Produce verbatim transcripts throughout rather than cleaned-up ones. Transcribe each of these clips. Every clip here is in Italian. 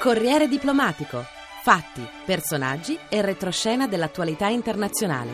Corriere diplomatico. Fatti, personaggi e retroscena dell'attualità internazionale.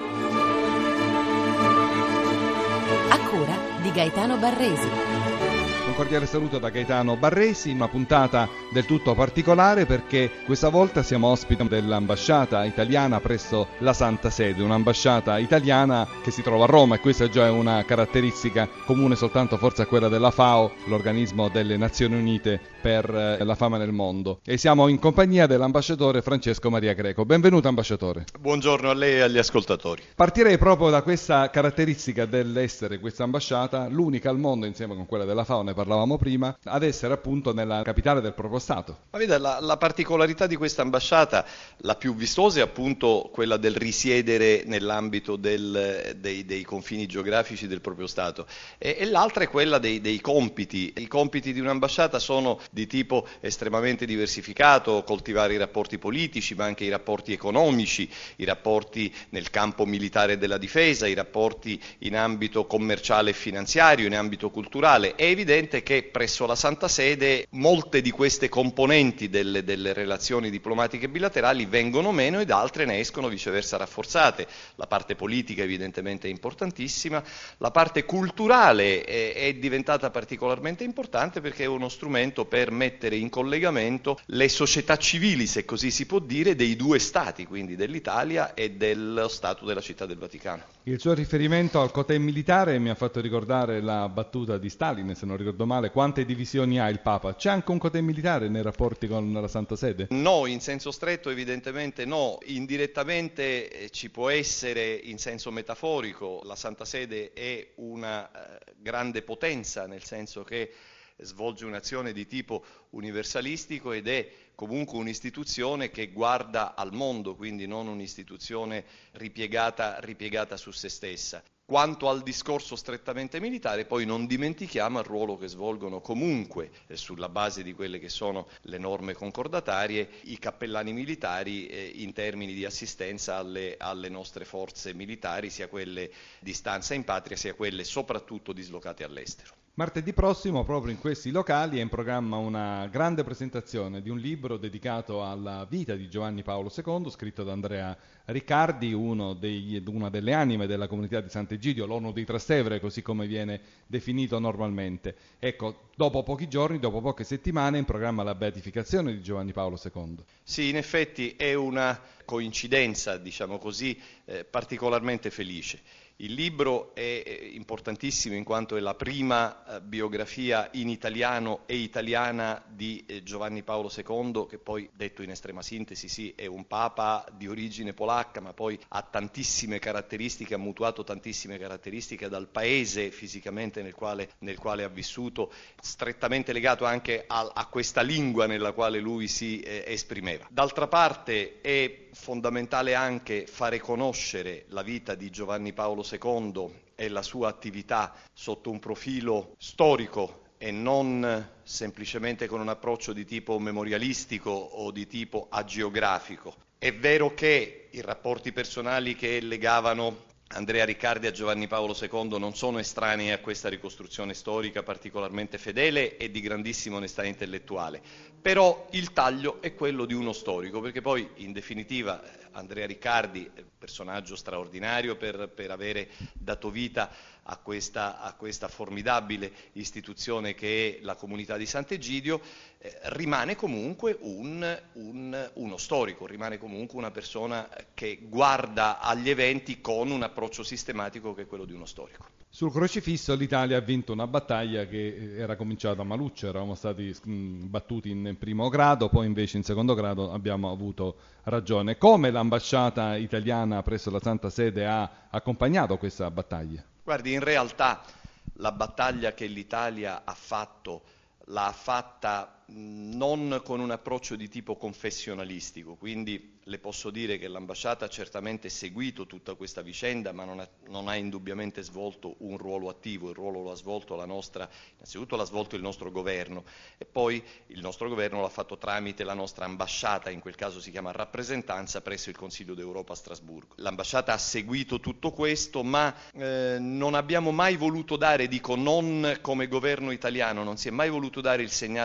A cura di Gaetano Barresi. Un cordiale saluto da Gaetano Barresi, una puntata del tutto particolare perché questa volta siamo ospiti dell'ambasciata italiana presso la Santa Sede, un'ambasciata italiana che si trova a Roma, e questa già è una caratteristica comune soltanto forse a quella della FAO, l'organismo delle Nazioni Unite per la fame nel mondo. E siamo in compagnia dell'ambasciatore Francesco Maria Greco. Benvenuto ambasciatore. Buongiorno a lei e agli ascoltatori. Partirei proprio da questa caratteristica dell'essere questa ambasciata, l'unica al mondo insieme con quella della FAO, ne parlavamo prima, ad essere appunto nella capitale del proprio Stato. Ma vede, la, la particolarità di questa ambasciata, la più vistosa, è appunto quella del risiedere nell'ambito del, dei, dei confini geografici del proprio Stato, e, e l'altra è quella dei, dei compiti. I compiti di un'ambasciata sono di tipo estremamente diversificato: coltivare i rapporti politici, ma anche i rapporti economici, i rapporti nel campo militare della difesa, i rapporti in ambito commerciale e finanziario, in ambito culturale. È evidente che presso la Santa Sede molte di queste componenti delle, delle relazioni diplomatiche bilaterali vengono meno ed altre ne escono viceversa rafforzate. La parte politica evidentemente è importantissima, la parte culturale è, è diventata particolarmente importante perché è uno strumento per mettere in collegamento le società civili, se così si può dire, dei due stati, quindi dell'Italia e dello Stato della Città del Vaticano. Il suo riferimento al Cotè militare mi ha fatto ricordare la battuta di Stalin, se non ricordo male: quante divisioni ha il Papa? C'è anche un Cotè militare nei rapporti con la Santa Sede? No, in senso stretto evidentemente no, indirettamente eh, ci può essere in senso metaforico. La Santa Sede è una eh, grande potenza, nel senso che svolge un'azione di tipo universalistico ed è comunque un'istituzione che guarda al mondo, quindi non un'istituzione ripiegata, ripiegata su se stessa. Quanto al discorso strettamente militare, poi non dimentichiamo il ruolo che svolgono comunque, eh, sulla base di quelle che sono le norme concordatarie, i cappellani militari eh, in termini di assistenza alle, alle nostre forze militari, sia quelle di stanza in patria, sia quelle soprattutto dislocate all'estero. Martedì prossimo, proprio in questi locali, è in programma una grande presentazione di un libro dedicato alla vita di Giovanni Paolo secondo, scritto da Andrea Riccardi, uno dei, una delle anime della comunità di Sant'Egidio, l'Orno di Trastevere, così come viene definito normalmente. Ecco, dopo pochi giorni, dopo poche settimane, è in programma la beatificazione di Giovanni Paolo secondo. Sì, in effetti è una coincidenza, diciamo così, eh, particolarmente felice. Il libro è importantissimo in quanto è la prima eh, biografia in italiano e italiana di eh, Giovanni Paolo secondo, che poi, detto in estrema sintesi, sì, è un papa di origine polacca, ma poi ha tantissime caratteristiche, ha mutuato tantissime caratteristiche dal paese fisicamente nel quale, nel quale ha vissuto, strettamente legato anche a, a questa lingua nella quale lui si eh, esprimeva. D'altra parte è fondamentale anche fare conoscere la vita di Giovanni Paolo secondo e la sua attività sotto un profilo storico e non semplicemente con un approccio di tipo memorialistico o di tipo agiografico. È vero che i rapporti personali che legavano Andrea Riccardi a Giovanni Paolo secondo non sono estranei a questa ricostruzione storica particolarmente fedele e di grandissima onestà intellettuale, però il taglio è quello di uno storico, perché poi in definitiva Andrea Riccardi è un personaggio straordinario per, per avere dato vita a questa, a questa formidabile istituzione che è la comunità di Sant'Egidio, eh, rimane comunque un, un, uno storico, rimane comunque una persona che guarda agli eventi con un approccio sistematico che è quello di uno storico. Sul crocifisso l'Italia ha vinto una battaglia che era cominciata a Maluccia, eravamo stati mh, battuti in primo grado, poi invece in secondo grado abbiamo avuto ragione. Come l'ambasciata italiana presso la Santa Sede ha accompagnato questa battaglia? Guardi, in realtà la battaglia che l'Italia ha fatto l'ha fatta non con un approccio di tipo confessionalistico, quindi le posso dire che l'ambasciata ha certamente seguito tutta questa vicenda, ma non ha, non ha indubbiamente svolto un ruolo attivo. Il ruolo lo ha svolto la nostra, innanzitutto l'ha svolto il nostro governo, e poi il nostro governo l'ha fatto tramite la nostra ambasciata, in quel caso si chiama rappresentanza presso il Consiglio d'Europa a Strasburgo. L'ambasciata ha seguito tutto questo, ma eh, non abbiamo mai voluto dare, dico non come governo italiano, non si è mai voluto dare il segnale che questa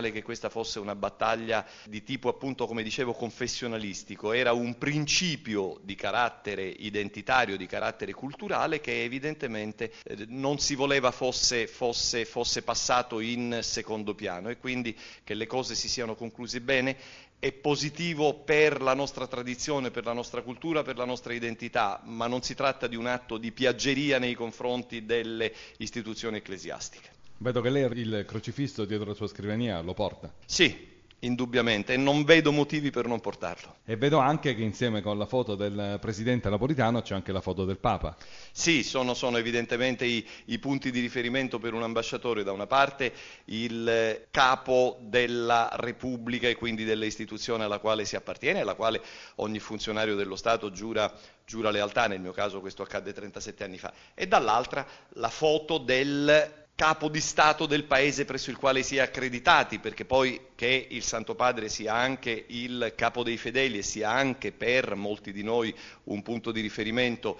questa fosse una battaglia di tipo, appunto, come dicevo, confessionalistico, era un principio di carattere identitario, di carattere culturale che evidentemente eh, non si voleva fosse, fosse, fosse passato in secondo piano, e quindi che le cose si siano concluse bene è positivo per la nostra tradizione, per la nostra cultura, per la nostra identità, ma non si tratta di un atto di piaggeria nei confronti delle istituzioni ecclesiastiche. Vedo che lei il crocifisso dietro la sua scrivania lo porta. Sì, indubbiamente, e non vedo motivi per non portarlo. E vedo anche che insieme con la foto del presidente Napolitano c'è anche la foto del Papa. Sì, sono, sono evidentemente i, i punti di riferimento per un ambasciatore: da una parte il capo della Repubblica e quindi dell'istituzione alla quale si appartiene, alla quale ogni funzionario dello Stato giura, giura lealtà, nel mio caso questo accadde trentasette anni fa, e dall'altra la foto del capo di Stato del paese presso il quale si è accreditati, perché poi che il Santo Padre sia anche il capo dei fedeli e sia anche per molti di noi un punto di riferimento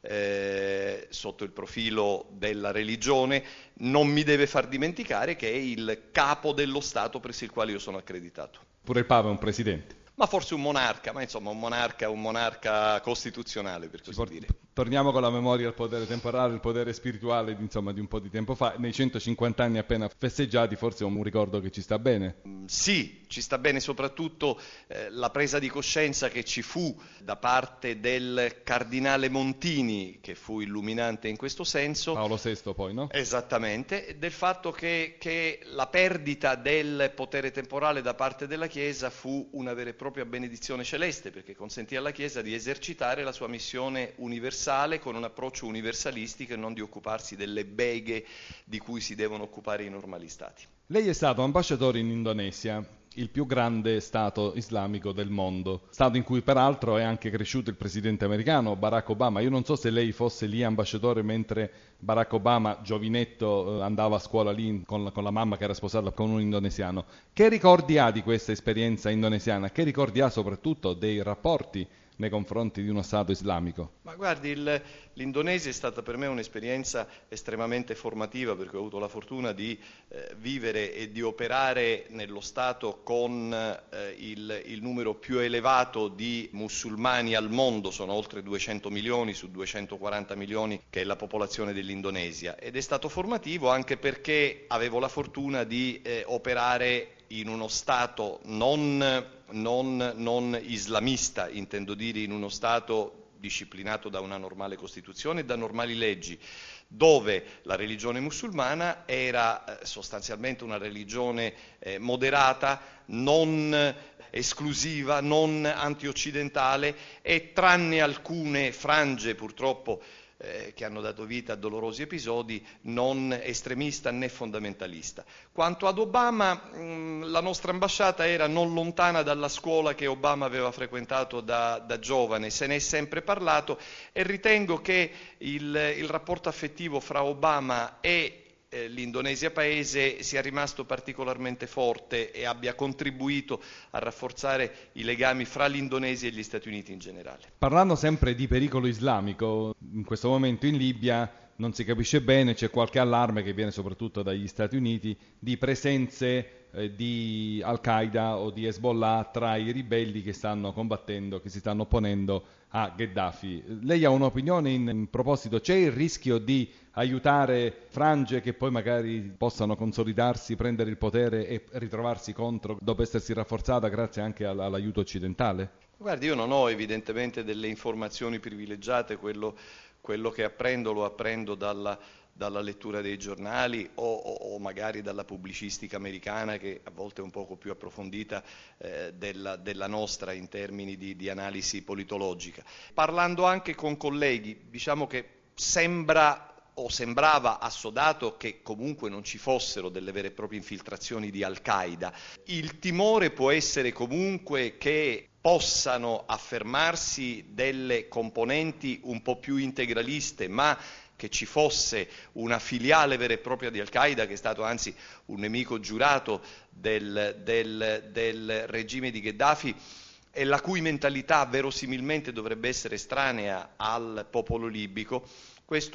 eh, sotto il profilo della religione, non mi deve far dimenticare che è il capo dello Stato presso il quale io sono accreditato. Pure il Papa è un presidente. Ma forse un monarca, ma insomma un monarca, un monarca costituzionale, per così Por- dire. Torniamo con la memoria al potere temporale, il potere spirituale, insomma, di un po' di tempo fa. Nei centocinquanta anni appena festeggiati forse è un ricordo che ci sta bene. Mm, sì, ci sta bene soprattutto eh, la presa di coscienza che ci fu da parte del cardinale Montini, che fu illuminante in questo senso. Paolo sesto poi, no? Esattamente, del fatto che, che la perdita del potere temporale da parte della Chiesa fu una vera e propria benedizione celeste, perché consentì alla Chiesa di esercitare la sua missione universale con un approccio universalistico e non di occuparsi delle beghe di cui si devono occupare i normali stati. Lei è stato ambasciatore in Indonesia, il più grande stato islamico del mondo, stato in cui peraltro è anche cresciuto il presidente americano Barack Obama. Io non so se lei fosse lì ambasciatore mentre Barack Obama, giovinetto, andava a scuola lì con la, con la mamma che era sposata con un indonesiano. Che ricordi ha di questa esperienza indonesiana? Che ricordi ha soprattutto dei rapporti nei confronti di uno Stato islamico? Ma guardi, il, l'Indonesia è stata per me un'esperienza estremamente formativa, perché ho avuto la fortuna di eh, vivere e di operare nello Stato con eh, il, il numero più elevato di musulmani al mondo. Sono oltre duecento milioni su duecentoquaranta milioni che è la popolazione dell'Indonesia, ed è stato formativo anche perché avevo la fortuna di eh, operare in uno Stato non, non, non islamista, intendo dire in uno Stato disciplinato da una normale Costituzione e da normali leggi, dove la religione musulmana era eh, sostanzialmente una religione eh, moderata, non esclusiva, non antioccidentale, e tranne alcune frange purtroppo Eh, che hanno dato vita a dolorosi episodi, non estremista né fondamentalista. Quanto ad Obama, mh, la nostra ambasciata era non lontana dalla scuola che Obama aveva frequentato da, da giovane, se ne è sempre parlato, e ritengo che il, il rapporto affettivo fra Obama e eh, l'Indonesia paese sia rimasto particolarmente forte e abbia contribuito a rafforzare i legami fra l'Indonesia e gli Stati Uniti in generale. Parlando sempre di pericolo islamico, in questo momento in Libia non si capisce bene, c'è qualche allarme che viene soprattutto dagli Stati Uniti di presenze eh, di Al-Qaeda o di Hezbollah tra i ribelli che stanno combattendo, che si stanno opponendo a Gheddafi. Lei ha un'opinione in, in proposito? C'è il rischio di aiutare frange che poi magari possano consolidarsi, prendere il potere e ritrovarsi contro dopo essersi rafforzata grazie anche all'aiuto occidentale? Guardi, io non ho evidentemente delle informazioni privilegiate, quello, quello che apprendo lo apprendo dalla, dalla lettura dei giornali o, o, o magari dalla pubblicistica americana, che a volte è un poco più approfondita eh, della, della nostra in termini di, di analisi politologica. Parlando anche con colleghi, diciamo che sembra o sembrava assodato che comunque non ci fossero delle vere e proprie infiltrazioni di Al-Qaeda. Il timore può essere comunque che possano affermarsi delle componenti un po' più integraliste, ma che ci fosse una filiale vera e propria di Al-Qaeda, che è stato anzi un nemico giurato del, del, del regime di Gheddafi, e la cui mentalità verosimilmente dovrebbe essere estranea al popolo libico. Questo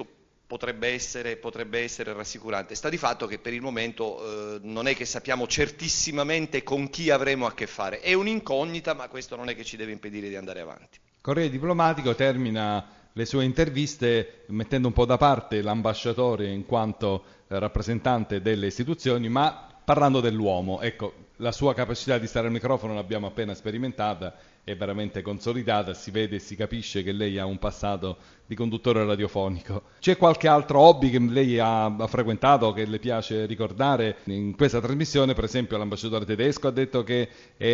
potrebbe essere, potrebbe essere rassicurante. Sta di fatto che per il momento eh, non è che sappiamo certissimamente con chi avremo a che fare. È un'incognita, ma questo non è che ci deve impedire di andare avanti. Corriere Diplomatico termina le sue interviste mettendo un po' da parte l'ambasciatore in quanto eh, rappresentante delle istituzioni, ma parlando dell'uomo. Ecco, la sua capacità di stare al microfono l'abbiamo appena sperimentata, è veramente consolidata, si vede e si capisce che lei ha un passato di conduttore radiofonico. C'è qualche altro hobby che lei ha, ha frequentato, che le piace ricordare in questa trasmissione? Per esempio l'ambasciatore tedesco ha detto che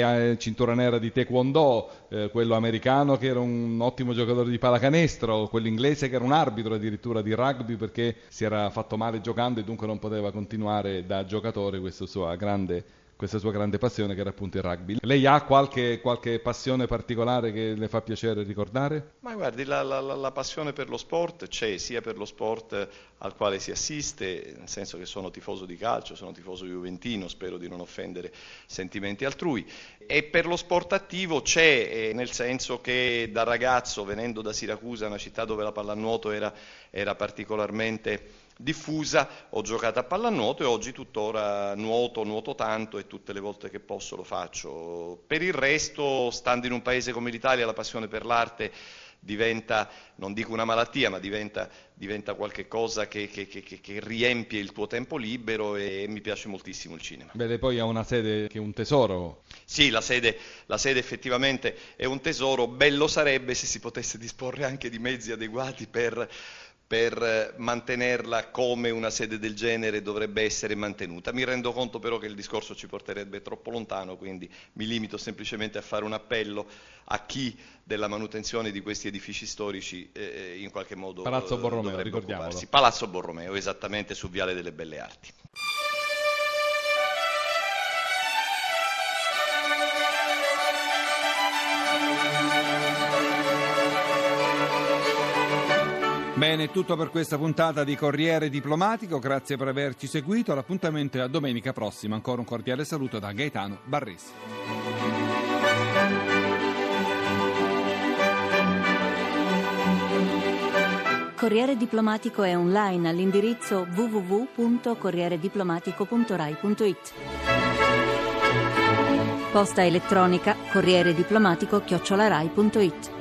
è cintura nera di taekwondo, eh, quello americano che era un ottimo giocatore di pallacanestro, quello inglese che era un arbitro addirittura di rugby perché si era fatto male giocando e dunque non poteva continuare da giocatore questa sua grande questa sua grande passione che era appunto il rugby. Lei ha qualche, qualche passione particolare che le fa piacere ricordare? Ma guardi, la, la, la passione per lo sport c'è, sia per lo sport al quale si assiste, nel senso che sono tifoso di calcio, sono tifoso juventino, spero di non offendere sentimenti altrui, e per lo sport attivo c'è, nel senso che da ragazzo, venendo da Siracusa, una città dove la pallanuoto era, era particolarmente diffusa, ho giocato a pallanuoto e oggi tuttora nuoto, nuoto tanto e tutte le volte che posso lo faccio. Per il resto, stando in un paese come l'Italia, la passione per l'arte diventa, non dico una malattia, ma diventa, diventa qualche cosa che, che, che, che riempie il tuo tempo libero e mi piace moltissimo il cinema. Beh, poi ha una sede che è un tesoro. Sì, la sede, la sede effettivamente è un tesoro, bello sarebbe se si potesse disporre anche di mezzi adeguati per... per mantenerla come una sede del genere dovrebbe essere mantenuta. Mi rendo conto però che il discorso ci porterebbe troppo lontano, quindi mi limito semplicemente a fare un appello a chi della manutenzione di questi edifici storici eh, in qualche modo Palazzo Borromeo, dovrebbe ricordiamolo. occuparsi. Palazzo Borromeo, esattamente, su Viale delle Belle Arti. Bene, tutto per questa puntata di Corriere Diplomatico, grazie per averci seguito, l'appuntamento è a domenica prossima, ancora un cordiale saluto da Gaetano Barresi. Corriere Diplomatico è online all'indirizzo w w w punto corriere diplomatico punto rai punto it. Posta elettronica corriere diplomatico chiocciola rai punto it.